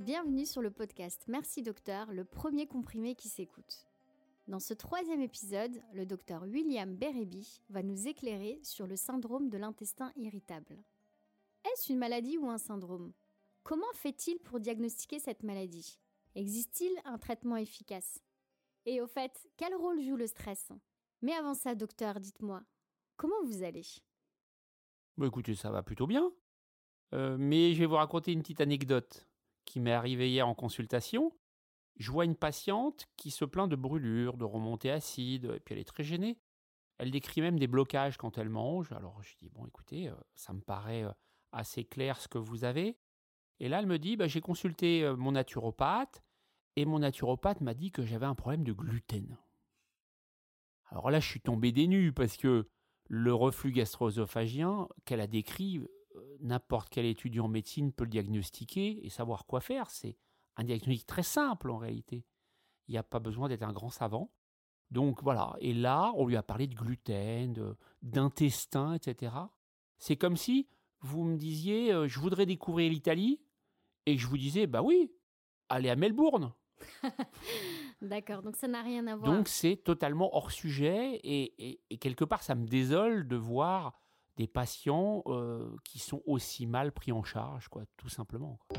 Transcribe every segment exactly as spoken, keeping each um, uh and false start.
Bienvenue sur le podcast Merci Docteur, le premier comprimé qui s'écoute. Dans ce troisième épisode, le docteur William Berrebi va nous éclairer sur le syndrome de l'intestin irritable. Est-ce une maladie ou un syndrome ? Comment fait-il pour diagnostiquer cette maladie ? Existe-t-il un traitement efficace ? Et au fait, quel rôle joue le stress ? Mais avant ça, docteur, dites-moi, comment vous allez ? Bah écoutez, ça va plutôt bien. Euh, mais je vais vous raconter une petite anecdote qui m'est arrivée hier en consultation. Je vois une patiente qui se plaint de brûlures, de remontées acides, et puis elle est très gênée. Elle décrit même des blocages quand elle mange. Alors je dis, bon écoutez, euh, ça me paraît euh, assez clair ce que vous avez. Et là, elle me dit, bah, j'ai consulté euh, mon naturopathe, et mon naturopathe m'a dit que j'avais un problème de gluten. Alors là, je suis tombé des nues parce que le reflux gastro-œsophagien qu'elle a décrit, euh, n'importe quel étudiant en médecine peut le diagnostiquer et savoir quoi faire. C'est un diagnostic très simple en réalité. Il n'y a pas besoin d'être un grand savant. Donc voilà, et là, on lui a parlé de gluten, de, d'intestin, et cetera. C'est comme si vous me disiez, euh, je voudrais découvrir l'Italie, et que je vous disais, bah oui, allez à Melbourne. D'accord, donc ça n'a rien à voir. Donc c'est totalement hors sujet, et, et, et quelque part, ça me désole de voir des patients euh, qui sont aussi mal pris en charge, quoi, tout simplement, quoi.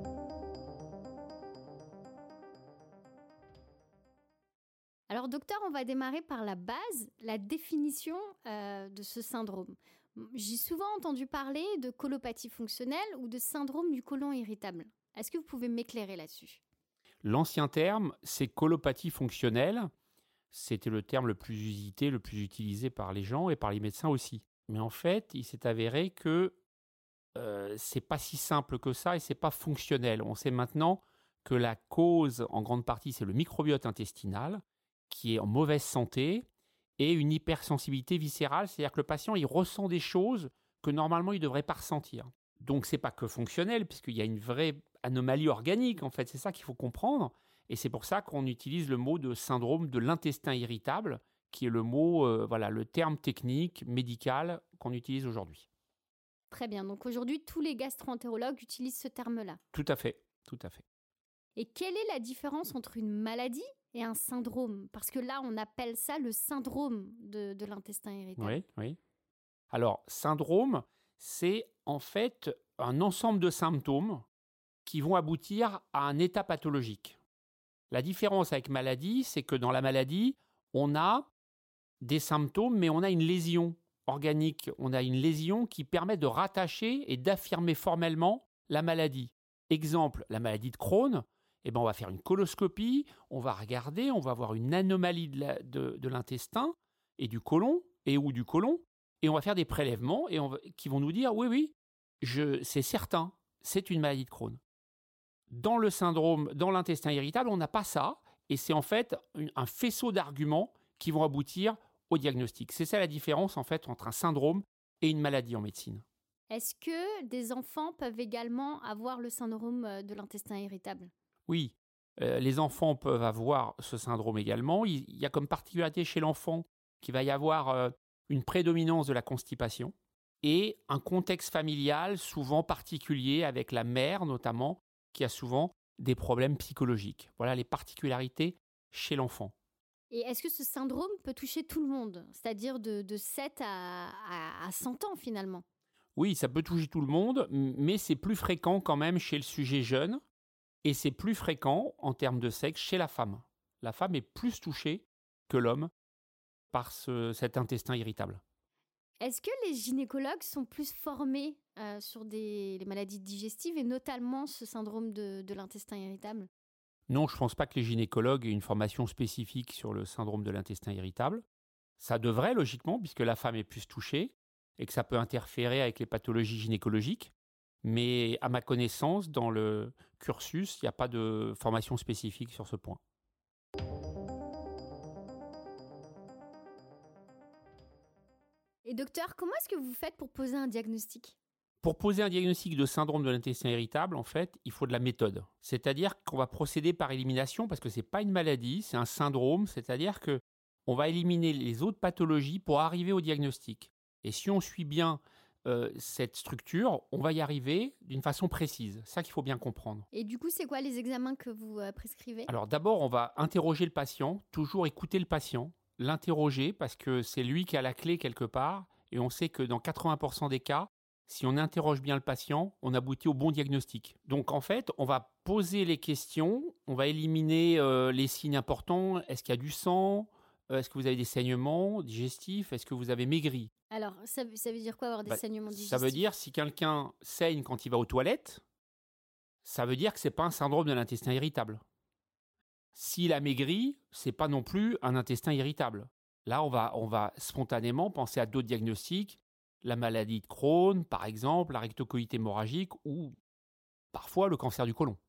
Alors docteur, on va démarrer par la base, la définition euh, de ce syndrome. J'ai souvent entendu parler de colopathie fonctionnelle ou de syndrome du côlon irritable. Est-ce que vous pouvez m'éclairer là-dessus ? L'ancien terme, c'est colopathie fonctionnelle. C'était le terme le plus usité, le plus utilisé par les gens et par les médecins aussi. Mais en fait, il s'est avéré que euh, c'est pas si simple que ça et c'est pas fonctionnel. On sait maintenant que la cause, en grande partie, c'est le microbiote intestinal qui est en mauvaise santé et une hypersensibilité viscérale, c'est-à-dire que le patient il ressent des choses que normalement il ne devrait pas ressentir. Donc c'est pas que fonctionnel, puisqu'il y a une vraie anomalie organique, en fait, c'est ça qu'il faut comprendre. Et c'est pour ça qu'on utilise le mot de syndrome de l'intestin irritable, qui est le mot, euh, voilà, le terme technique, médical qu'on utilise aujourd'hui. Très bien, donc aujourd'hui, tous les gastro-entérologues utilisent ce terme-là. Tout à fait, tout à fait. Et quelle est la différence entre une maladie et un syndrome ? Parce que là, on appelle ça le syndrome de, de l'intestin irritable. Oui, oui. Alors, syndrome, c'est en fait un ensemble de symptômes qui vont aboutir à un état pathologique. La différence avec maladie, c'est que dans la maladie, on a des symptômes, mais on a une lésion organique. On a une lésion qui permet de rattacher et d'affirmer formellement la maladie. Exemple, la maladie de Crohn, eh ben on va faire une coloscopie, on va regarder, on va avoir une anomalie de, la, de, de l'intestin et du côlon, et ou du côlon, et on va faire des prélèvements et on va, qui vont nous dire, oui, oui, je, c'est certain, c'est une maladie de Crohn. Dans le syndrome, dans l'intestin irritable, on n'a pas ça, et c'est en fait une, un faisceau d'arguments qui vont aboutir au diagnostic. C'est ça la différence en fait entre un syndrome et une maladie en médecine. Est-ce que des enfants peuvent également avoir le syndrome de l'intestin irritable ? Oui, euh, les enfants peuvent avoir ce syndrome également. Il, il y a comme particularité chez l'enfant qu'il va y avoir euh, une prédominance de la constipation et un contexte familial souvent particulier avec la mère notamment, qui a souvent des problèmes psychologiques. Voilà les particularités chez l'enfant. Et est-ce que ce syndrome peut toucher tout le monde, c'est-à-dire de, de sept à, à, à cent ans finalement ? Oui, ça peut toucher tout le monde, mais c'est plus fréquent quand même chez le sujet jeune et c'est plus fréquent en termes de sexe chez la femme. La femme est plus touchée que l'homme par ce, cet intestin irritable. Est-ce que les gynécologues sont plus formés euh, sur des, les maladies digestives et notamment ce syndrome de, de l'intestin irritable ? Non, je ne pense pas que les gynécologues aient une formation spécifique sur le syndrome de l'intestin irritable. Ça devrait, logiquement, puisque la femme est plus touchée et que ça peut interférer avec les pathologies gynécologiques. Mais à ma connaissance, dans le cursus, il n'y a pas de formation spécifique sur ce point. Et docteur, comment est-ce que vous faites pour poser un diagnostic ? Pour poser un diagnostic de syndrome de l'intestin irritable, en fait, il faut de la méthode. C'est-à-dire qu'on va procéder par élimination parce que ce n'est pas une maladie, c'est un syndrome. C'est-à-dire qu'on va éliminer les autres pathologies pour arriver au diagnostic. Et si on suit bien euh, cette structure, on va y arriver d'une façon précise. C'est ça qu'il faut bien comprendre. Et du coup, c'est quoi les examens que vous euh, prescrivez ? Alors d'abord, on va interroger le patient, toujours écouter le patient, l'interroger parce que c'est lui qui a la clé quelque part et on sait que dans quatre-vingts pour cent des cas, si on interroge bien le patient, on aboutit au bon diagnostic. Donc en fait, on va poser les questions, on va éliminer euh, les signes importants. Est-ce qu'il y a du sang ? euh, Est-ce que vous avez des saignements digestifs ? Est-ce que vous avez maigri ? Alors, ça, ça veut dire quoi avoir des bah, saignements digestifs ? Ça veut dire si quelqu'un saigne quand il va aux toilettes, ça veut dire que ce n'est pas un syndrome de l'intestin irritable. S'il a maigri, ce n'est pas non plus un intestin irritable. Là, on va, on va spontanément penser à d'autres diagnostics, la maladie de Crohn, par exemple, la rectocolite hémorragique ou parfois le cancer du côlon.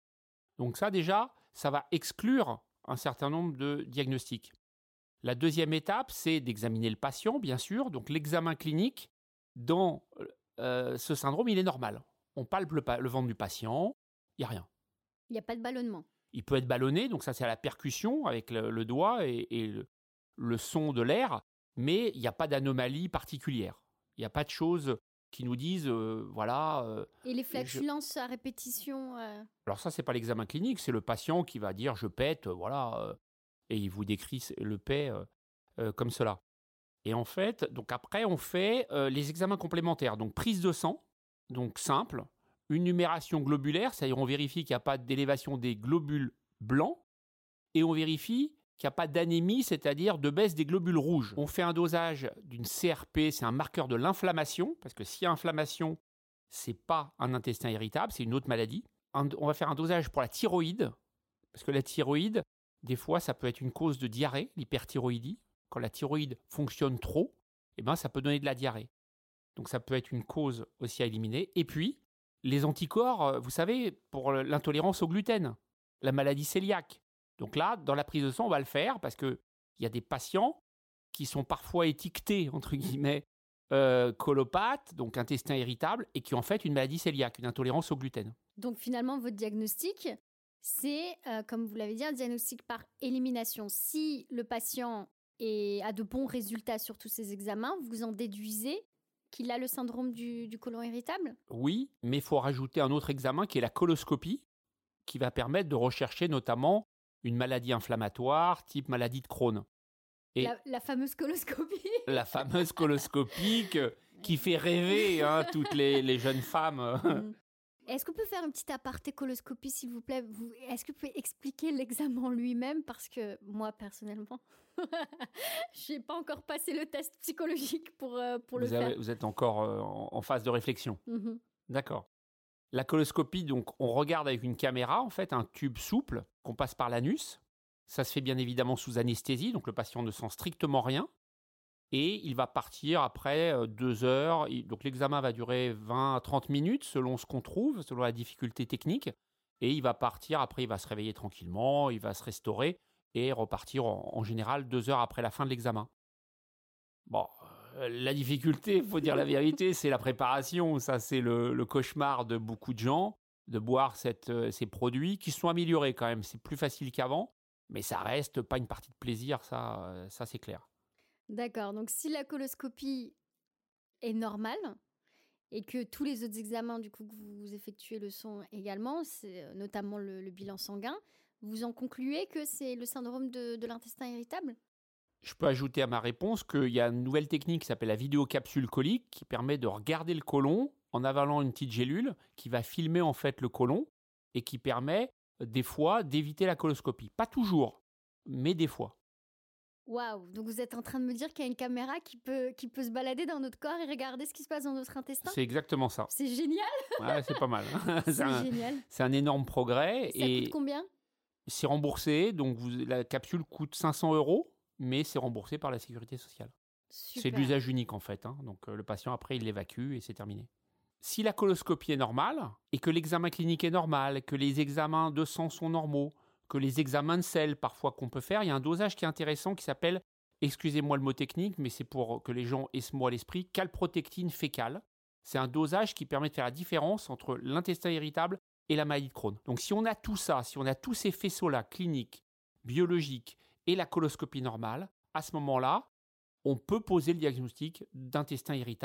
Donc ça, déjà, ça va exclure un certain nombre de diagnostics. La deuxième étape, c'est d'examiner le patient, bien sûr. Donc l'examen clinique, dans euh, ce syndrome, il est normal. On palpe le, le ventre du patient, il n'y a rien. Il n'y a pas de ballonnement. Il peut être ballonné, donc ça c'est à la percussion avec le, le doigt et, et le, le son de l'air, mais il n'y a pas d'anomalie particulière. Il n'y a pas de choses qui nous disent, euh, voilà... Euh, et les flatulences je... à répétition euh... Alors ça, c'est pas l'examen clinique, c'est le patient qui va dire « je pète euh, », voilà, euh, et il vous décrit le pet euh, euh, comme cela. Et en fait, donc après, on fait euh, les examens complémentaires. Donc prise de sang, donc simple, une numération globulaire, c'est-à-dire on vérifie qu'il n'y a pas d'élévation des globules blancs, et on vérifie qu'il n'y a pas d'anémie, c'est-à-dire de baisse des globules rouges. On fait un dosage d'une C R P, c'est un marqueur de l'inflammation, parce que s'il y a inflammation, ce n'est pas un intestin irritable, c'est une autre maladie. Un, on va faire un dosage pour la thyroïde, parce que la thyroïde, des fois, ça peut être une cause de diarrhée, l'hyperthyroïdie. Quand la thyroïde fonctionne trop, eh ben, ça peut donner de la diarrhée. Donc ça peut être une cause aussi à éliminer. Et puis, les anticorps, vous savez, pour l'intolérance au gluten, la maladie cœliaque. Donc là, dans la prise de sang, on va le faire parce qu'il y a des patients qui sont parfois étiquetés, entre guillemets, euh, colopathes, donc intestin irritable, et qui ont en fait une maladie cœliaque, une intolérance au gluten. Donc finalement, votre diagnostic, c'est, euh, comme vous l'avez dit, un diagnostic par élimination. Si le patient est, a de bons résultats sur tous ces examens, vous en déduisez qu'il a le syndrome du, du côlon irritable ? Oui, mais il faut rajouter un autre examen qui est la coloscopie, qui va permettre de rechercher notamment une maladie inflammatoire type maladie de Crohn. Et la, la fameuse coloscopie. La fameuse coloscopie que, qui fait rêver hein, toutes les, les jeunes femmes. Mmh. Est-ce qu'on peut faire une petite aparté coloscopie, s'il vous plaît ? vous, Est-ce que vous pouvez expliquer l'examen lui-même ? Parce que moi, personnellement, je n'ai pas encore passé le test psychologique pour, euh, pour vous le avez, faire. Vous êtes encore euh, en, en phase de réflexion. Mmh. D'accord. La coloscopie, donc, on regarde avec une caméra, en fait, un tube souple qu'on passe par l'anus. Ça se fait bien évidemment sous anesthésie, donc le patient ne sent strictement rien. Et il va partir après euh, deux heures. Donc l'examen va durer vingt à trente minutes selon ce qu'on trouve, selon la difficulté technique. Et il va partir, après il va se réveiller tranquillement, il va se restaurer et repartir en, en général deux heures après la fin de l'examen. Bon, euh, la difficulté, il faut dire la vérité, c'est la préparation. Ça, c'est le, le cauchemar de beaucoup de gens, de boire cette, euh, ces produits qui sont améliorés quand même. C'est plus facile qu'avant, mais ça reste pas une partie de plaisir, ça, euh, ça c'est clair. D'accord, donc si la coloscopie est normale et que tous les autres examens du coup, que vous effectuez le sont également, c'est notamment le, le bilan sanguin, vous en concluez que c'est le syndrome de, de l'intestin irritable ? Je peux ajouter à ma réponse qu'il y a une nouvelle technique qui s'appelle la vidéocapsule colique qui permet de regarder le côlon en avalant une petite gélule qui va filmer en fait le côlon et qui permet des fois d'éviter la coloscopie. Pas toujours, mais des fois. Waouh, donc vous êtes en train de me dire qu'il y a une caméra qui peut, qui peut se balader dans notre corps et regarder ce qui se passe dans notre intestin ? C'est exactement ça. C'est génial. Ouais, c'est pas mal. c'est c'est un, génial. C'est un énorme progrès. Ça et coûte combien ? C'est remboursé, donc vous, la capsule coûte cinq cents euros, mais c'est remboursé par la sécurité sociale. Super. C'est de l'usage unique en fait, hein. Donc euh, le patient après il l'évacue et c'est terminé. Si la coloscopie est normale et que l'examen clinique est normal, que les examens de sang sont normaux, que les examens de sel parfois qu'on peut faire, il y a un dosage qui est intéressant qui s'appelle, excusez-moi le mot technique, mais c'est pour que les gens aient ce mot à l'esprit, calprotectine fécale. C'est un dosage qui permet de faire la différence entre l'intestin irritable et la maladie de Crohn. Donc si on a tout ça, si on a tous ces faisceaux-là, cliniques, biologiques et la coloscopie normale, à ce moment-là, on peut poser le diagnostic d'intestin irritable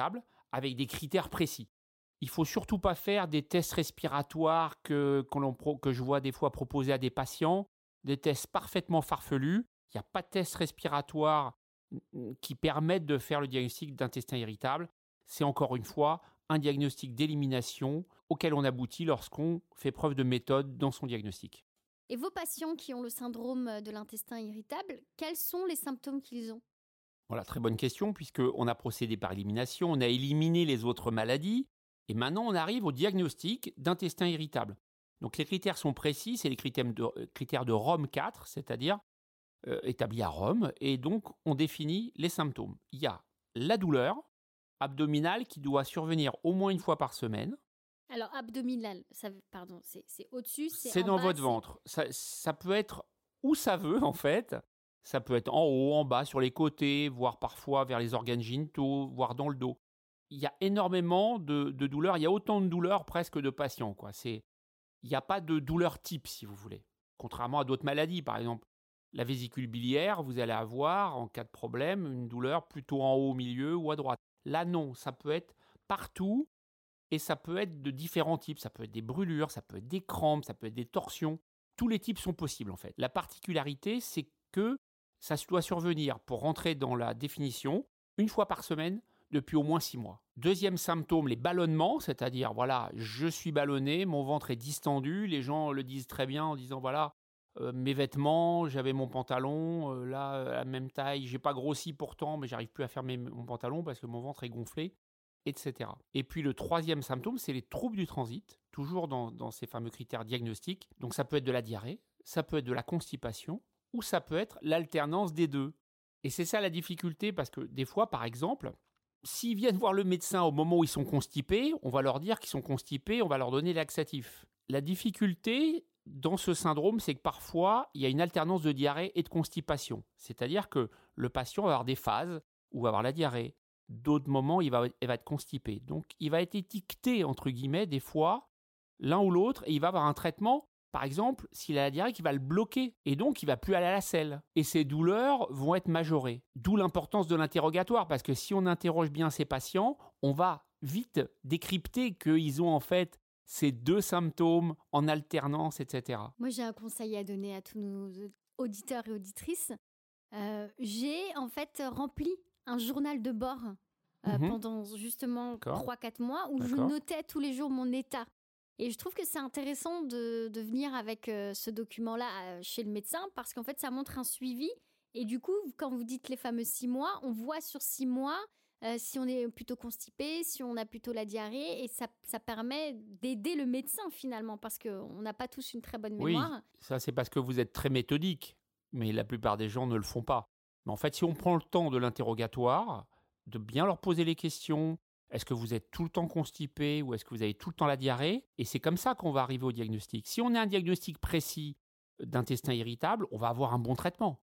avec des critères précis. Il ne faut surtout pas faire des tests respiratoires que, que, l'on pro, que je vois des fois proposés à des patients, des tests parfaitement farfelus. Il n'y a pas de tests respiratoires qui permettent de faire le diagnostic d'intestin irritable. C'est encore une fois un diagnostic d'élimination auquel on aboutit lorsqu'on fait preuve de méthode dans son diagnostic. Et vos patients qui ont le syndrome de l'intestin irritable, quels sont les symptômes qu'ils ont ? Voilà, très bonne question, puisqu'on a procédé par élimination, on a éliminé les autres maladies, et maintenant on arrive au diagnostic d'intestin irritable. Donc les critères sont précis, c'est les critères de, critères de Rome quatre, c'est-à-dire euh, établis à Rome, et donc on définit les symptômes. Il y a la douleur abdominale qui doit survenir au moins une fois par semaine. Alors abdominal, ça, pardon, c'est, c'est au-dessus, c'est, c'est en dans bas, votre c'est... ventre. Ça, ça peut être où ça veut en fait. Ça peut être en haut, en bas, sur les côtés, voire parfois vers les organes génitaux, voire dans le dos. Il y a énormément de, de douleurs. Il y a autant de douleurs presque de patients, quoi. C'est, il n'y a pas de douleur type, si vous voulez. Contrairement à d'autres maladies, par exemple, la vésicule biliaire, vous allez avoir, en cas de problème, une douleur plutôt en haut, au milieu ou à droite. Là, non, ça peut être partout et ça peut être de différents types. Ça peut être des brûlures, ça peut être des crampes, ça peut être des torsions. Tous les types sont possibles, en fait. La particularité, c'est que ça doit survenir, pour rentrer dans la définition, une fois par semaine depuis au moins six mois. Deuxième symptôme, les ballonnements, c'est-à-dire, voilà, je suis ballonné, mon ventre est distendu, les gens le disent très bien en disant, voilà, euh, mes vêtements, j'avais mon pantalon, euh, là, à la même taille, j'ai pas grossi pourtant, mais j'arrive plus à fermer mon pantalon parce que mon ventre est gonflé, et cetera. Et puis le troisième symptôme, c'est les troubles du transit, toujours dans, dans ces fameux critères diagnostiques. Donc ça peut être de la diarrhée, ça peut être de la constipation, ou ça peut être l'alternance des deux. Et c'est ça la difficulté, parce que des fois, par exemple, s'ils viennent voir le médecin au moment où ils sont constipés, on va leur dire qu'ils sont constipés, on va leur donner laxatif. La difficulté dans ce syndrome, c'est que parfois, il y a une alternance de diarrhée et de constipation. C'est-à-dire que le patient va avoir des phases où il va avoir la diarrhée, d'autres moments, il va, il va être constipé. Donc, il va être étiqueté, entre guillemets, des fois, l'un ou l'autre, et il va avoir un traitement. Par exemple, s'il a la diarrhée, qui va le bloquer et donc il ne va plus aller à la selle. Et ces douleurs vont être majorées. D'où l'importance de l'interrogatoire, parce que si on interroge bien ces patients, on va vite décrypter qu'ils ont en fait ces deux symptômes en alternance, et cetera. Moi, j'ai un conseil à donner à tous nos auditeurs et auditrices. Euh, j'ai en fait rempli un journal de bord euh, mmh. pendant justement trois à quatre mois où D'accord. je notais tous les jours mon état. Et je trouve que c'est intéressant de, de venir avec euh, ce document-là euh, chez le médecin parce qu'en fait, ça montre un suivi. Et du coup, quand vous dites les fameux six mois, on voit sur six mois euh, si on est plutôt constipé, si on a plutôt la diarrhée. Et ça, ça permet d'aider le médecin finalement parce qu'on n'a pas tous une très bonne mémoire. Oui, ça c'est parce que vous êtes très méthodique. Mais la plupart des gens ne le font pas. Mais en fait, si on prend le temps de l'interrogatoire, de bien leur poser les questions, est-ce que vous êtes tout le temps constipé ou est-ce que vous avez tout le temps la diarrhée ? Et c'est comme ça qu'on va arriver au diagnostic. Si on a un diagnostic précis d'intestin irritable, on va avoir un bon traitement.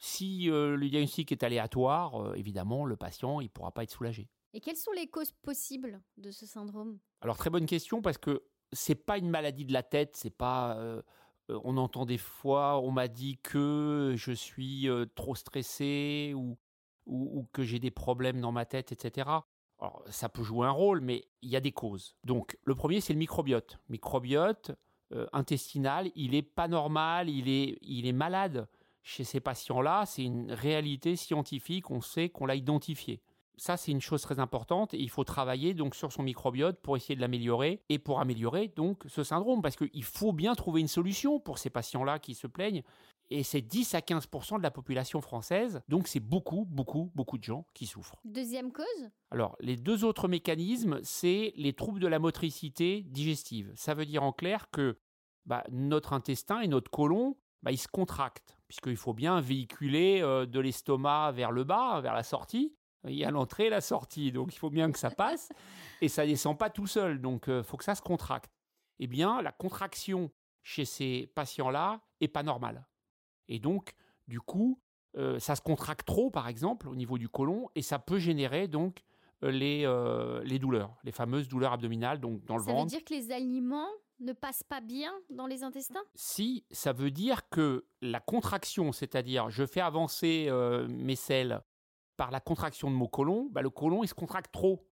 Si euh, le diagnostic est aléatoire, euh, évidemment, le patient il ne pourra pas être soulagé. Et quelles sont les causes possibles de ce syndrome ? Alors, très bonne question parce que ce n'est pas une maladie de la tête, c'est pas... Euh, On entend des fois, on m'a dit que je suis euh, trop stressé ou, ou, ou que j'ai des problèmes dans ma tête, et cetera. Alors, ça peut jouer un rôle, mais il y a des causes. Donc, le premier, c'est le microbiote. Microbiote euh, intestinal, il n'est pas normal, il est, il est malade. Chez ces patients-là, c'est une réalité scientifique, on sait qu'on l'a identifié. Ça, c'est une chose très importante et il faut travailler donc sur son microbiote pour essayer de l'améliorer et pour améliorer donc ce syndrome parce qu'il faut bien trouver une solution pour ces patients-là qui se plaignent et c'est dix à quinze pour cent de la population française, donc c'est beaucoup, beaucoup, beaucoup de gens qui souffrent. Deuxième cause ? Alors, les deux autres mécanismes, c'est les troubles de la motricité digestive. Ça veut dire en clair que bah, notre intestin et notre côlon, bah, ils se contractent puisqu'il faut bien véhiculer euh, de l'estomac vers le bas, vers la sortie. Il y a l'entrée et la sortie, donc il faut bien que ça passe. Et ça ne descend pas tout seul, donc il euh, faut que ça se contracte. Eh bien, la contraction chez ces patients-là n'est pas normale. Et donc, du coup, euh, ça se contracte trop, par exemple, au niveau du côlon, et ça peut générer donc euh, les, euh, les douleurs, les fameuses douleurs abdominales, donc dans le ça ventre. Ça veut dire que les aliments ne passent pas bien dans les intestins ? Si, ça veut dire que la contraction, c'est-à-dire je fais avancer euh, mes selles par la contraction de mon côlon, bah le côlon il se contracte trop.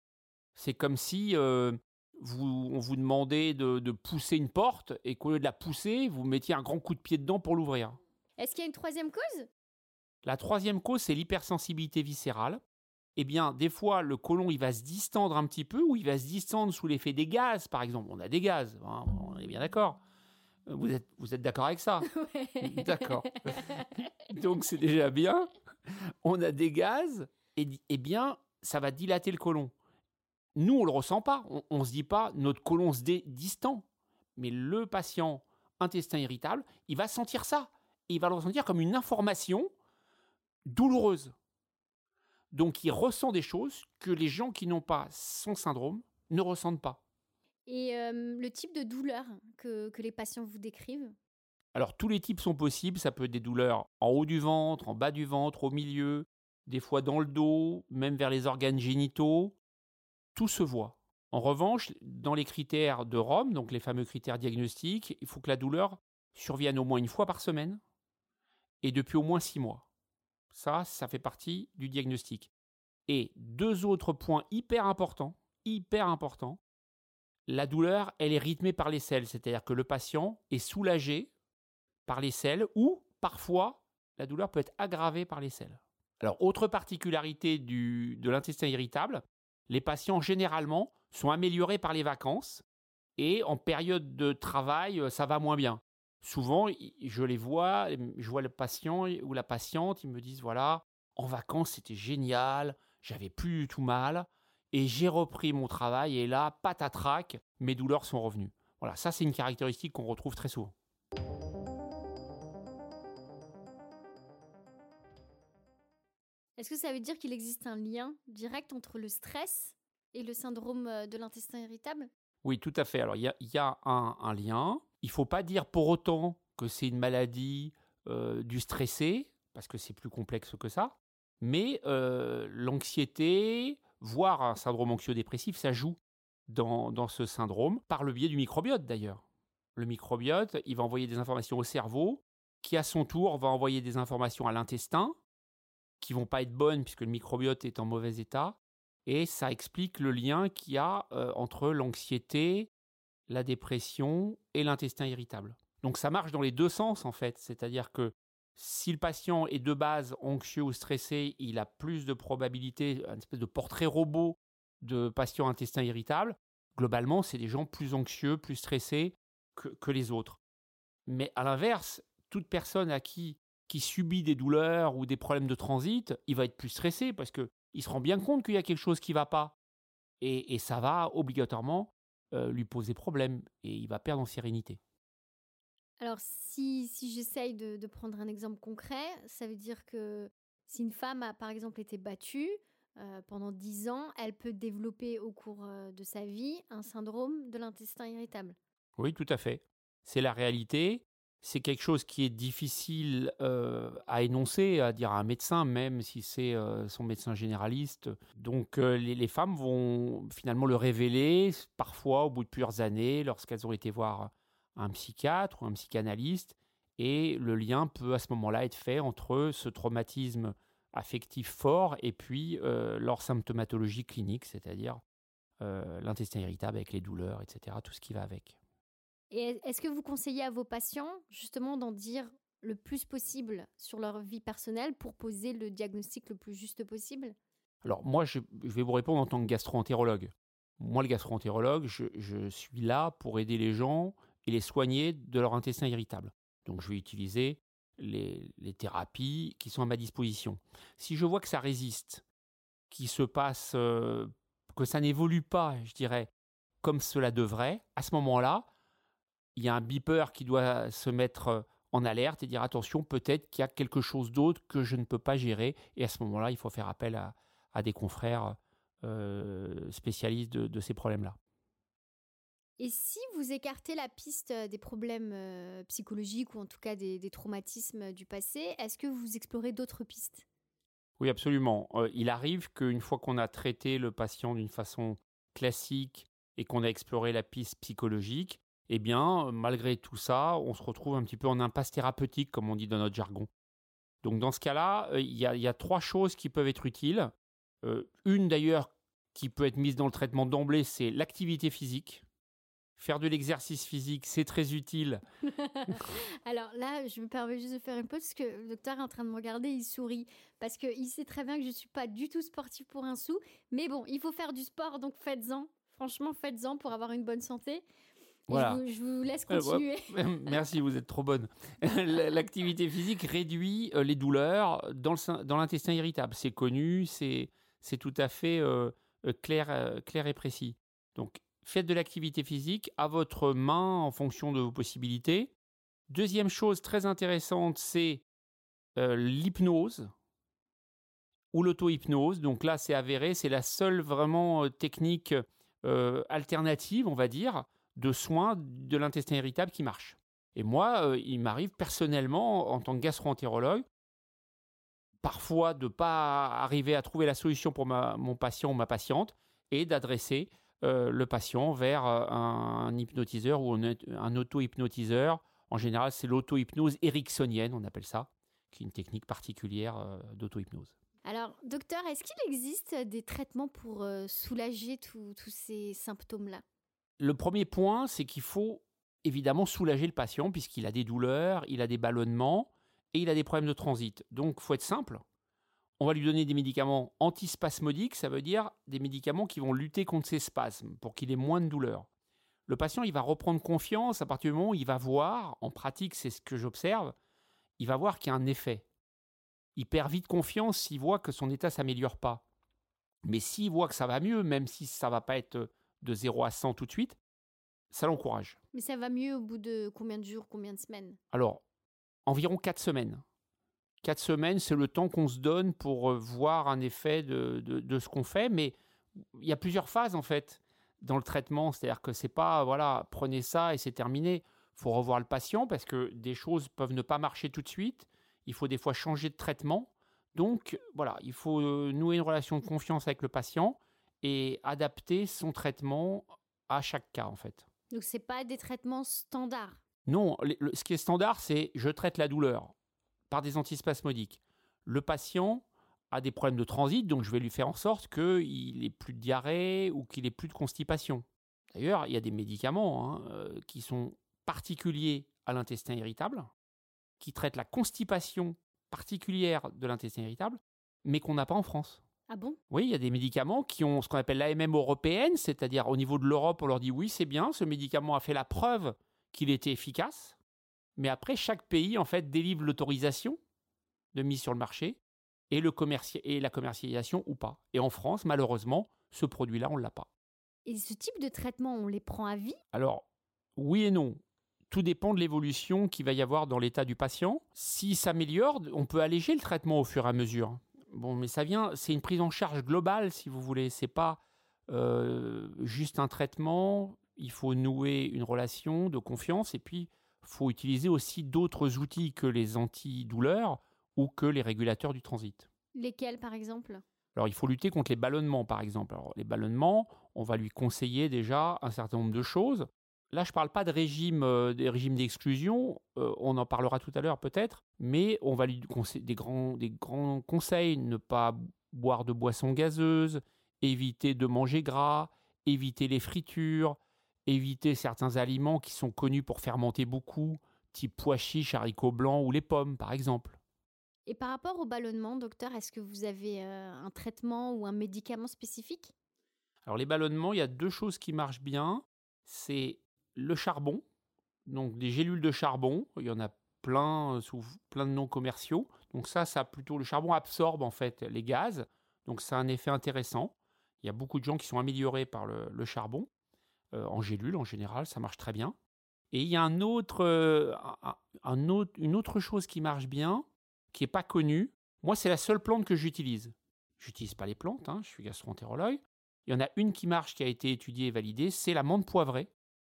C'est comme si euh, vous, on vous demandait de, de pousser une porte et qu'au lieu de la pousser, vous mettiez un grand coup de pied dedans pour l'ouvrir. Est-ce qu'il y a une troisième cause ? La troisième cause, c'est l'hypersensibilité viscérale. Eh bien, des fois, le côlon, il va se distendre un petit peu ou il va se distendre sous l'effet des gaz, par exemple. On a des gaz, hein, on est bien d'accord. Vous êtes, vous êtes d'accord avec ça ? Ouais. D'accord. Donc, c'est déjà bien. On a des gaz, et eh bien, ça va dilater le côlon. Nous, on ne le ressent pas. On ne se dit pas, notre côlon se dé- distend. Mais le patient intestin irritable, il va sentir ça. Et il va le ressentir comme une information douloureuse. Donc, il ressent des choses que les gens qui n'ont pas son syndrome ne ressentent pas. Et euh, le type de douleur que, que les patients vous décrivent ? Alors, tous les types sont possibles. Ça peut être des douleurs en haut du ventre, en bas du ventre, au milieu, des fois dans le dos, même vers les organes génitaux. Tout se voit. En revanche, dans les critères de Rome, donc les fameux critères diagnostiques, il faut que la douleur survienne au moins une fois par semaine et depuis au moins six mois. Ça, ça fait partie du diagnostic. Et deux autres points hyper importants, hyper importants, la douleur, elle est rythmée par les selles, c'est-à-dire que le patient est soulagé par les selles ou, parfois, la douleur peut être aggravée par les selles. Alors, autre particularité du, de l'intestin irritable, les patients, généralement, sont améliorés par les vacances et en période de travail, ça va moins bien. Souvent, je les vois, je vois le patient ou la patiente, ils me disent, voilà, en vacances, c'était génial, j'avais plus du tout mal et j'ai repris mon travail et là, patatrac, mes douleurs sont revenues. Voilà, ça, c'est une caractéristique qu'on retrouve très souvent. Est-ce que ça veut dire qu'il existe un lien direct entre le stress et le syndrome de l'intestin irritable ? Oui, tout à fait. Alors, il y a, y a un, un lien. Il ne faut pas dire pour autant que c'est une maladie euh, du stressé, parce que c'est plus complexe que ça. Mais euh, l'anxiété, voire un syndrome anxio-dépressif, ça joue dans, dans ce syndrome, par le biais du microbiote d'ailleurs. Le microbiote, il va envoyer des informations au cerveau, qui à son tour va envoyer des informations à l'intestin, qui ne vont pas être bonnes puisque le microbiote est en mauvais état. Et ça explique le lien qu'il y a euh, entre l'anxiété, la dépression et l'intestin irritable. Donc ça marche dans les deux sens en fait. C'est-à-dire que si le patient est de base anxieux ou stressé, il a plus de probabilité, une espèce de portrait robot de patient intestin irritable. Globalement, c'est des gens plus anxieux, plus stressés que, que les autres. Mais à l'inverse, toute personne à qui, qui subit des douleurs ou des problèmes de transit, il va être plus stressé parce que il se rend bien compte qu'il y a quelque chose qui ne va pas. Et, et ça va obligatoirement euh, lui poser problème. Et il va perdre en sérénité. Alors, si, si j'essaye de, de prendre un exemple concret, ça veut dire que si une femme a, par exemple, été battue euh, pendant dix ans, elle peut développer au cours euh, de sa vie un syndrome de l'intestin irritable. Oui, tout à fait. C'est la réalité. C'est quelque chose qui est difficile euh, à énoncer, à dire à un médecin, même si c'est euh, son médecin généraliste. Donc euh, les, les femmes vont finalement le révéler, parfois au bout de plusieurs années, lorsqu'elles ont été voir un psychiatre ou un psychanalyste. Et le lien peut à ce moment-là être fait entre ce traumatisme affectif fort et puis euh, leur symptomatologie clinique, c'est-à-dire euh, l'intestin irritable avec les douleurs, et cetera, tout ce qui va avec. Et est-ce que vous conseillez à vos patients justement d'en dire le plus possible sur leur vie personnelle pour poser le diagnostic le plus juste possible ? Alors moi, je, je vais vous répondre en tant que gastro-entérologue. Moi, le gastro-entérologue, je, je suis là pour aider les gens et les soigner de leur intestin irritable. Donc je vais utiliser les, les thérapies qui sont à ma disposition. Si je vois que ça résiste, qu'il se passe, euh, que ça n'évolue pas, je dirais, comme cela devrait, à ce moment-là, il y a un beeper qui doit se mettre en alerte et dire attention, peut-être qu'il y a quelque chose d'autre que je ne peux pas gérer. Et à ce moment-là, il faut faire appel à, à des confrères euh, spécialistes de, de ces problèmes-là. Et si vous écartez la piste des problèmes euh, psychologiques ou en tout cas des, des traumatismes du passé, est-ce que vous explorez d'autres pistes ? Oui, absolument. Euh, il arrive qu'une fois qu'on a traité le patient d'une façon classique et qu'on a exploré la piste psychologique, eh bien, malgré tout ça, on se retrouve un petit peu en impasse thérapeutique, comme on dit dans notre jargon. Donc, dans ce cas-là, il y a, il y a trois choses qui peuvent être utiles. Euh, une, d'ailleurs, qui peut être mise dans le traitement d'emblée, c'est l'activité physique. Faire de l'exercice physique, c'est très utile. Alors là, je me permets juste de faire une pause parce que le docteur est en train de me regarder, il sourit. Parce qu'il sait très bien que je ne suis pas du tout sportive pour un sou. Mais bon, il faut faire du sport, donc faites-en. Franchement, faites-en pour avoir une bonne santé. Voilà. Je vous, je vous laisse continuer. Euh, ouais. Merci, vous êtes trop bonne. L'activité physique réduit les douleurs dans, le, dans l'intestin irritable. C'est connu, c'est, c'est tout à fait euh, clair, euh, clair et précis. Donc, faites de l'activité physique à votre main en fonction de vos possibilités. Deuxième chose très intéressante, c'est euh, l'hypnose ou l'auto-hypnose. Donc là, c'est avéré, c'est la seule vraiment euh, technique euh, alternative, on va dire, de soins de l'intestin irritable qui marche. Et moi, euh, il m'arrive personnellement, en tant que gastro-entérologue, parfois de ne pas arriver à trouver la solution pour ma, mon patient ou ma patiente et d'adresser euh, le patient vers un, un hypnotiseur ou un, un auto-hypnotiseur. En général, c'est l'auto-hypnose ericksonienne, on appelle ça, qui est une technique particulière euh, d'auto-hypnose. Alors, docteur, est-ce qu'il existe des traitements pour euh, soulager tous ces symptômes-là ? Le premier point, c'est qu'il faut évidemment soulager le patient puisqu'il a des douleurs, il a des ballonnements et il a des problèmes de transit. Donc, il faut être simple. On va lui donner des médicaments antispasmodiques, ça veut dire des médicaments qui vont lutter contre ses spasmes pour qu'il ait moins de douleurs. Le patient, il va reprendre confiance à partir du moment où il va voir, en pratique, c'est ce que j'observe, il va voir qu'il y a un effet. Il perd vite confiance s'il voit que son état ne s'améliore pas. Mais s'il voit que ça va mieux, même si ça ne va pas être de zéro à cent tout de suite, ça l'encourage. Mais ça va mieux au bout de combien de jours, combien de semaines ? Alors, environ quatre semaines. Quatre semaines, c'est le temps qu'on se donne pour voir un effet de, de, de ce qu'on fait. Mais il y a plusieurs phases, en fait, dans le traitement. C'est-à-dire que ce n'est pas, voilà, prenez ça et c'est terminé. Il faut revoir le patient parce que des choses peuvent ne pas marcher tout de suite. Il faut des fois changer de traitement. Donc, voilà, il faut nouer une relation de confiance avec le patient et adapter son traitement à chaque cas, en fait. Donc, ce n'est pas des traitements standards ? Non, le, le, ce qui est standard, c'est je traite la douleur par des antispasmodiques. Le patient a des problèmes de transit, donc je vais lui faire en sorte qu'il n'ait plus de diarrhée ou qu'il n'ait plus de constipation. D'ailleurs, il y a des médicaments hein, euh, qui sont particuliers à l'intestin irritable, qui traitent la constipation particulière de l'intestin irritable, mais qu'on n'a pas en France. Ah bon ? Oui, il y a des médicaments qui ont ce qu'on appelle l'A M M européenne, c'est-à-dire au niveau de l'Europe, on leur dit oui, c'est bien, ce médicament a fait la preuve qu'il était efficace, mais après, chaque pays, en fait, délivre l'autorisation de mise sur le marché et, le commerci- et la commercialisation ou pas. Et en France, malheureusement, ce produit-là, on ne l'a pas. Et ce type de traitement, on les prend à vie ? Alors, oui et non. Tout dépend de l'évolution qu'il va y avoir dans l'état du patient. S'il s'améliore, on peut alléger le traitement au fur et à mesure. Bon, mais ça vient, c'est une prise en charge globale, si vous voulez. C'est pas euh, juste un traitement. Il faut nouer une relation de confiance et puis il faut utiliser aussi d'autres outils que les antidouleurs ou que les régulateurs du transit. Lesquels, par exemple ? Alors, il faut lutter contre les ballonnements, par exemple. Alors, les ballonnements, on va lui conseiller déjà un certain nombre de choses. Là, je ne parle pas de régime, euh, des régimes d'exclusion, euh, on en parlera tout à l'heure peut-être, mais on va lui conseiller des grands, des grands conseils, ne pas boire de boissons gazeuses, éviter de manger gras, éviter les fritures, éviter certains aliments qui sont connus pour fermenter beaucoup, type pois chiches, haricots blancs ou les pommes, par exemple. Et par rapport au ballonnement, docteur, est-ce que vous avez euh, un traitement ou un médicament spécifique ? Alors les ballonnements, il y a deux choses qui marchent bien, c'est le charbon, donc des gélules de charbon, il y en a plein sous plein de noms commerciaux. Donc ça, ça plutôt le charbon absorbe en fait les gaz, donc ça a un effet intéressant. Il y a beaucoup de gens qui sont améliorés par le, le charbon euh, en gélules en général, ça marche très bien. Et il y a un autre, euh, un, un autre, une autre chose qui marche bien, qui n'est pas connue. Moi, c'est la seule plante que j'utilise. Je n'utilise pas les plantes, hein, je suis gastro-entérologue. Il y en a une qui marche, qui a été étudiée et validée, c'est la menthe poivrée.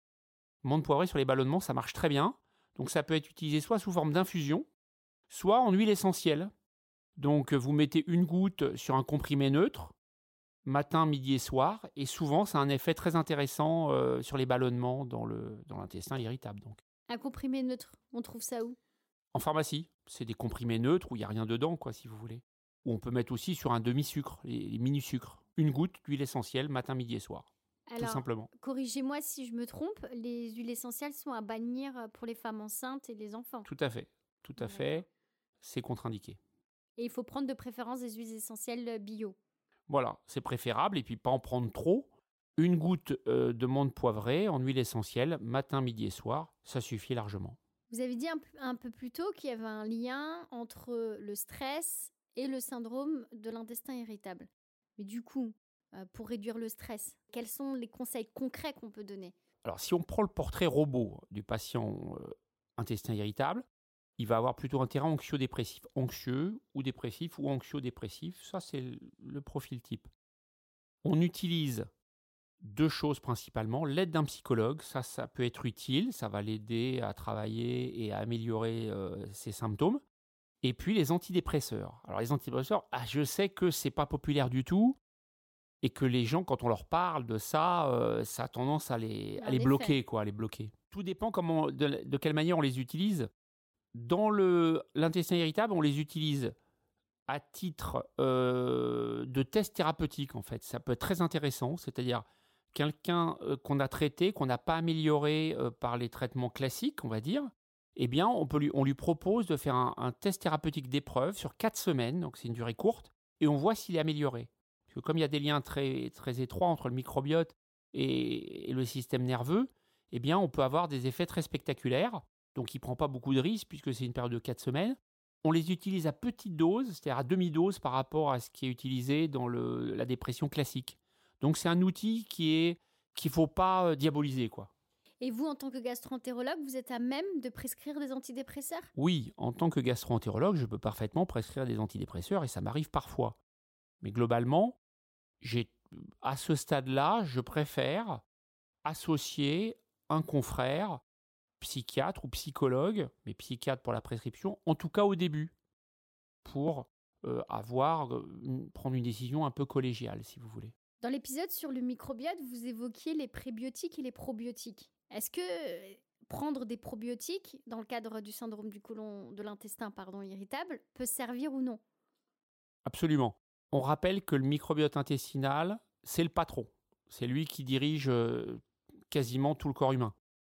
Menthe poivrée sur les ballonnements, ça marche très bien. Donc ça peut être utilisé soit sous forme d'infusion, soit en huile essentielle. Donc vous mettez une goutte sur un comprimé neutre, matin, midi et soir, et souvent ça a un effet très intéressant euh, sur les ballonnements dans, le, dans l'intestin irritable. Donc. Un comprimé neutre, on trouve ça où ? En pharmacie, c'est des comprimés neutres où il n'y a rien dedans, quoi, si vous voulez. Ou on peut mettre aussi sur un demi-sucre, les, les mini-sucres. une goutte d'huile essentielle matin, midi et soir. Alors, tout simplement. Corrigez-moi si je me trompe, les huiles essentielles sont à bannir pour les femmes enceintes et les enfants. Tout à fait. Tout à fait. C'est contre-indiqué. Et il faut prendre de préférence des huiles essentielles bio. Voilà, c'est préférable et puis pas en prendre trop. Une goutte euh, de menthe poivrée en huile essentielle matin, midi et soir, ça suffit largement. Vous avez dit un, un peu plus tôt qu'il y avait un lien entre le stress et le syndrome de l'intestin irritable. Mais du coup, euh, pour réduire le stress, quels sont les conseils concrets qu'on peut donner? Alors, si on prend le portrait robot du patient euh, intestin irritable, il va avoir plutôt un terrain anxio-dépressif. Anxieux ou dépressif ou anxio-dépressif, ça c'est le profil type. On utilise deux choses principalement. L'aide d'un psychologue, ça, ça peut être utile, ça va l'aider à travailler et à améliorer euh, ses symptômes. Et puis les antidépresseurs. Alors les antidépresseurs, ah, je sais que c'est pas populaire du tout et que les gens, quand on leur parle de ça, euh, ça a tendance à les, à les bloquer, quoi, à les bloquer. Tout dépend comment, de, de quelle manière on les utilise. Dans le, l'intestin irritable, on les utilise à titre euh, de test thérapeutique, en fait. Ça peut être très intéressant, c'est-à-dire quelqu'un euh, qu'on a traité, qu'on n'a pas amélioré euh, par les traitements classiques, on va dire, eh bien, on, peut lui, on lui propose de faire un, un test thérapeutique d'épreuve sur quatre semaines, donc c'est une durée courte, et on voit s'il est amélioré. Parce que comme il y a des liens très, très étroits entre le microbiote et, et le système nerveux, eh bien, on peut avoir des effets très spectaculaires. Donc, il ne prend pas beaucoup de risques puisque c'est une période de quatre semaines. On les utilise à petite dose, c'est-à-dire à demi-dose par rapport à ce qui est utilisé dans le, la dépression classique. Donc, c'est un outil qui est, qu'il ne faut pas diaboliser, quoi. Et vous, en tant que gastro-entérologue, vous êtes à même de prescrire des antidépresseurs? Oui, en tant que gastro-entérologue, je peux parfaitement prescrire des antidépresseurs et ça m'arrive parfois. Mais globalement, j'ai, à ce stade-là, je préfère associer un confrère, psychiatre ou psychologue, mais psychiatre pour la prescription, en tout cas au début, pour euh, avoir, euh, prendre une décision un peu collégiale, si vous voulez. Dans l'épisode sur le microbiote, vous évoquiez les prébiotiques et les probiotiques. Est-ce que prendre des probiotiques dans le cadre du syndrome du côlon, de l'intestin pardon, irritable peut servir ou non? Absolument. On rappelle que le microbiote intestinal, c'est le patron. C'est lui qui dirige euh, quasiment tout le corps humain.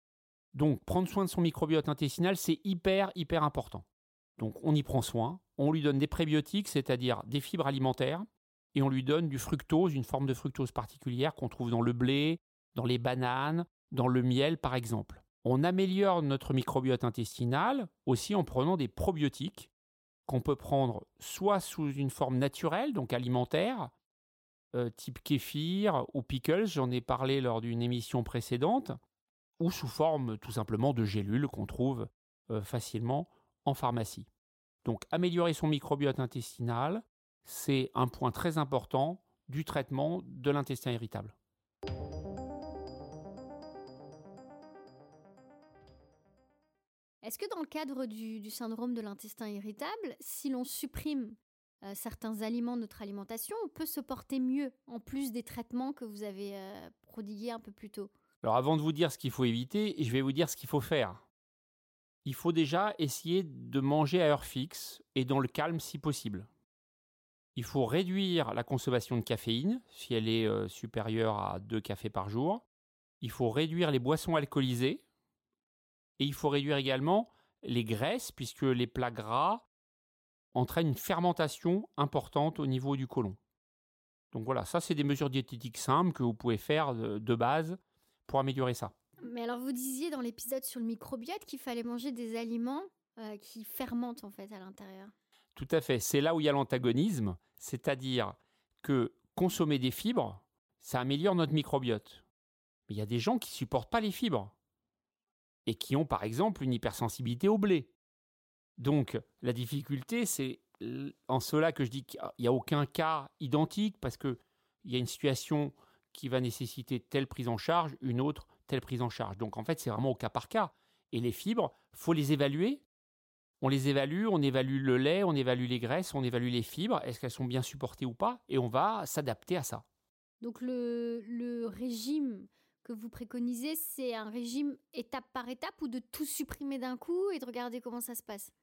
Donc, prendre soin de son microbiote intestinal, c'est hyper, hyper important. Donc, on y prend soin. On lui donne des prébiotiques, c'est-à-dire des fibres alimentaires, et on lui donne du fructose, une forme de fructose particulière qu'on trouve dans le blé, dans les bananes, dans le miel, par exemple. On améliore notre microbiote intestinal aussi en prenant des probiotiques qu'on peut prendre soit sous une forme naturelle, donc alimentaire, euh, type kéfir ou pickles, j'en ai parlé lors d'une émission précédente, ou sous forme tout simplement de gélules qu'on trouve euh, facilement en pharmacie. Donc améliorer son microbiote intestinal, c'est un point très important du traitement de l'intestin irritable. Est-ce que dans le cadre du, du syndrome de l'intestin irritable, si l'on supprime euh, certains aliments de notre alimentation, on peut se porter mieux, en plus des traitements que vous avez euh, prodigués un peu plus tôt? Alors avant de vous dire ce qu'il faut éviter, je vais vous dire ce qu'il faut faire. Il faut déjà essayer de manger à heure fixe et dans le calme si possible. Il faut réduire la consommation de caféine, si elle est euh, supérieure à deux cafés par jour. Il faut réduire les boissons alcoolisées. Et il faut réduire également les graisses, puisque les plats gras entraînent une fermentation importante au niveau du côlon. Donc voilà, ça c'est des mesures diététiques simples que vous pouvez faire de, de base pour améliorer ça. Mais alors vous disiez dans l'épisode sur le microbiote qu'il fallait manger des aliments euh, qui fermentent en fait à l'intérieur. Tout à fait, c'est là où il y a l'antagonisme, c'est-à-dire que consommer des fibres, ça améliore notre microbiote. Mais il y a des gens qui ne supportent pas les fibres et qui ont par exemple une hypersensibilité au blé. Donc la difficulté, c'est en cela que je dis qu'il n'y a aucun cas identique parce qu'il y a une situation qui va nécessiter telle prise en charge, une autre telle prise en charge. Donc en fait, c'est vraiment au cas par cas. Et les fibres, il faut les évaluer. On les évalue, on évalue le lait, on évalue les graisses, on évalue les fibres, est-ce qu'elles sont bien supportées ou pas, et on va s'adapter à ça. Donc le, le régime que vous préconisez, c'est un régime étape par étape ou de tout supprimer d'un coup et de regarder comment ça se passe?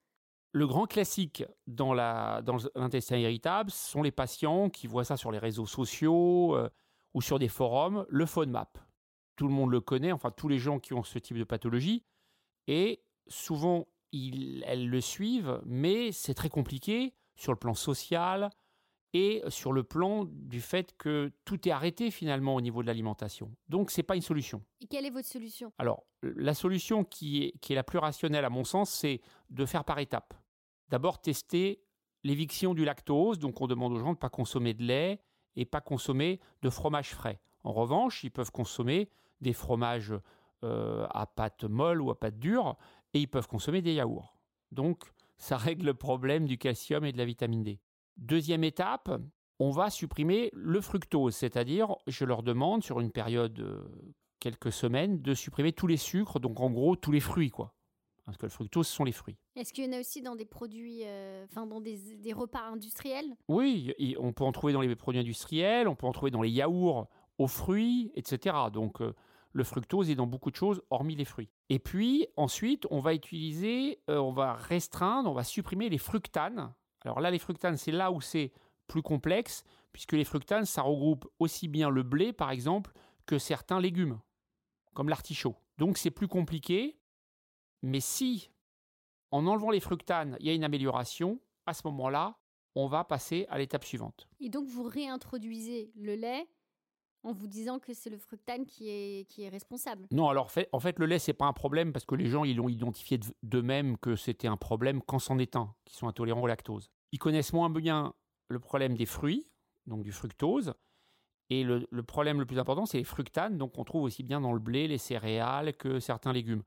Le grand classique dans, la, dans l'intestin irritable sont les patients qui voient ça sur les réseaux sociaux euh, ou sur des forums, le FODMAP. Tout le monde le connaît, enfin tous les gens qui ont ce type de pathologie, et souvent ils, elles le suivent, mais c'est très compliqué sur le plan social et sur le plan du fait que tout est arrêté finalement au niveau de l'alimentation. Donc ce n'est pas une solution. Et quelle est votre solution ? Alors, la solution qui est, qui est la plus rationnelle à mon sens, c'est de faire par étapes. D'abord, tester l'éviction du lactose. Donc, on demande aux gens de ne pas consommer de lait et pas consommer de fromage frais. En revanche, ils peuvent consommer des fromages euh, à pâte molle ou à pâte dure et ils peuvent consommer des yaourts. Donc, ça règle le problème du calcium et de la vitamine D. Deuxième étape, on va supprimer le fructose, c'est-à-dire, je leur demande sur une période de quelques semaines de supprimer tous les sucres, donc en gros tous les fruits, quoi. Parce que le fructose, ce sont les fruits. Est-ce qu'il y en a aussi dans des produits, euh, enfin dans des, des repas industriels ? Oui, on peut en trouver dans les produits industriels, on peut en trouver dans les yaourts aux fruits, et cetera. Donc euh, le fructose est dans beaucoup de choses, hormis les fruits. Et puis ensuite, on va utiliser, euh, on va restreindre, on va supprimer les fructanes. Alors là, les fructanes, c'est là où c'est plus complexe, puisque les fructanes, ça regroupe aussi bien le blé, par exemple, que certains légumes, comme l'artichaut. Donc c'est plus compliqué, mais si, en enlevant les fructanes, il y a une amélioration, à ce moment-là, on va passer à l'étape suivante. Et donc vous réintroduisez le lait en vous disant que c'est le fructane qui est, qui est responsable. Non, alors fait, en fait, le lait, c'est pas un problème, parce que les gens, ils l'ont identifié d'eux-mêmes que c'était un problème quand c'en est un, qui sont intolérants au lactose. Ils connaissent moins bien le problème des fruits, donc du fructose, et le, le problème le plus important, c'est les fructanes, donc on trouve aussi bien dans le blé, les céréales, que certains légumes.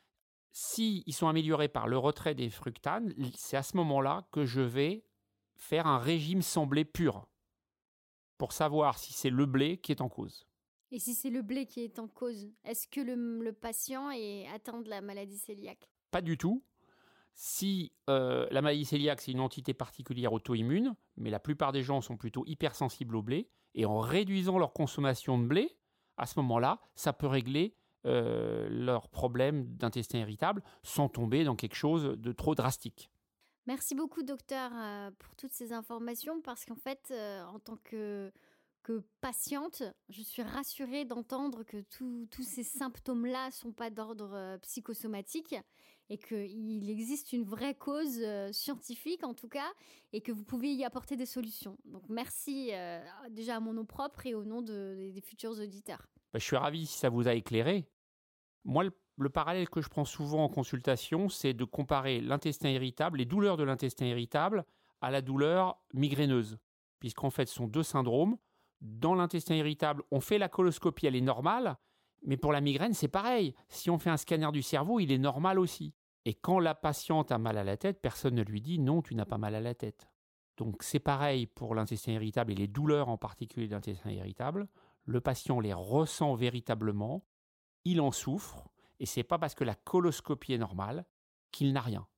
Si ils sont améliorés par le retrait des fructanes, c'est à ce moment-là que je vais faire un régime sans blé pur, pour savoir si c'est le blé qui est en cause. Et si c'est le blé qui est en cause, est-ce que le, le patient est atteint de la maladie cœliaque ? Pas du tout. Si euh, la maladie cœliaque, c'est une entité particulière auto-immune, mais la plupart des gens sont plutôt hypersensibles au blé, et en réduisant leur consommation de blé, à ce moment-là, ça peut régler euh, leur problème d'intestin irritable sans tomber dans quelque chose de trop drastique. Merci beaucoup, docteur, euh, pour toutes ces informations, parce qu'en fait, euh, en tant que, que patiente, je suis rassurée d'entendre que tous ces symptômes-là ne sont pas d'ordre euh, psychosomatique et qu'il existe une vraie cause euh, scientifique, en tout cas, et que vous pouvez y apporter des solutions. Donc, merci euh, déjà à mon nom propre et au nom de, des, des futurs auditeurs. Ben, je suis ravi si ça vous a éclairé. Moi, le, le parallèle que je prends souvent en consultation, c'est de comparer l'intestin irritable, les douleurs de l'intestin irritable, à la douleur migraineuse. Puisqu'en fait, ce sont deux syndromes. Dans l'intestin irritable, on fait la coloscopie, elle est normale, mais pour la migraine, c'est pareil. Si on fait un scanner du cerveau, il est normal aussi. Et quand la patiente a mal à la tête, personne ne lui dit « non, tu n'as pas mal à la tête ». Donc c'est pareil pour l'intestin irritable et les douleurs en particulier de l'intestin irritable. Le patient les ressent véritablement, il en souffre, et ce n'est pas parce que la coloscopie est normale qu'il n'a rien.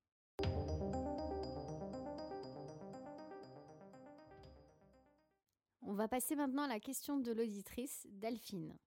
On va passer maintenant à la question de l'auditrice Delphine.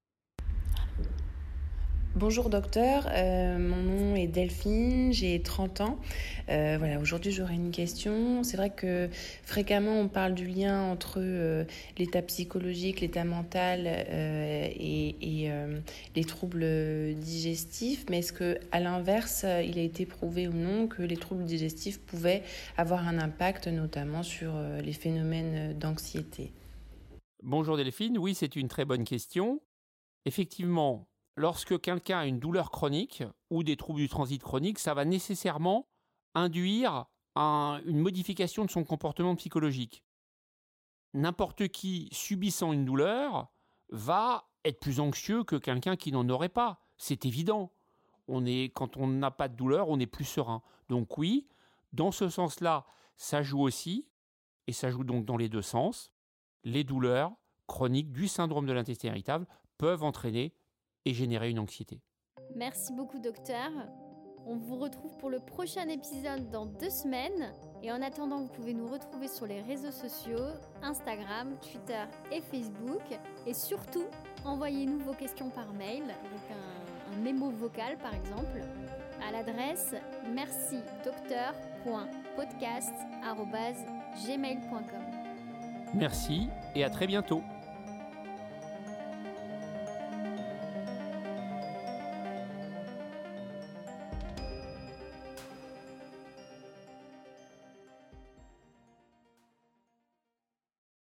Bonjour docteur, euh, mon nom est Delphine, j'ai trente ans. Euh, voilà, aujourd'hui j'aurais une question. C'est vrai que fréquemment on parle du lien entre euh, l'état psychologique, l'état mental euh, et, et euh, les troubles digestifs. Mais est-ce qu'à l'inverse, il a été prouvé ou non que les troubles digestifs pouvaient avoir un impact notamment sur euh, les phénomènes d'anxiété ? Bonjour Delphine, oui c'est une très bonne question. Effectivement, lorsque quelqu'un a une douleur chronique ou des troubles du transit chronique, ça va nécessairement induire un, une modification de son comportement psychologique. N'importe qui subissant une douleur va être plus anxieux que quelqu'un qui n'en aurait pas. C'est évident. On est, quand on n'a pas de douleur, on est plus serein. Donc oui, dans ce sens-là, ça joue aussi, et ça joue donc dans les deux sens. Les douleurs chroniques du syndrome de l'intestin irritable peuvent entraîner et générer une anxiété. Merci beaucoup, docteur. On vous retrouve pour le prochain épisode dans deux semaines. Et en attendant, vous pouvez nous retrouver sur les réseaux sociaux, Instagram, Twitter et Facebook. Et surtout, envoyez-nous vos questions par mail, avec un, un mémo vocal par exemple. à l'adresse merci docteur point podcast arobase gmail point com. Merci et à très bientôt.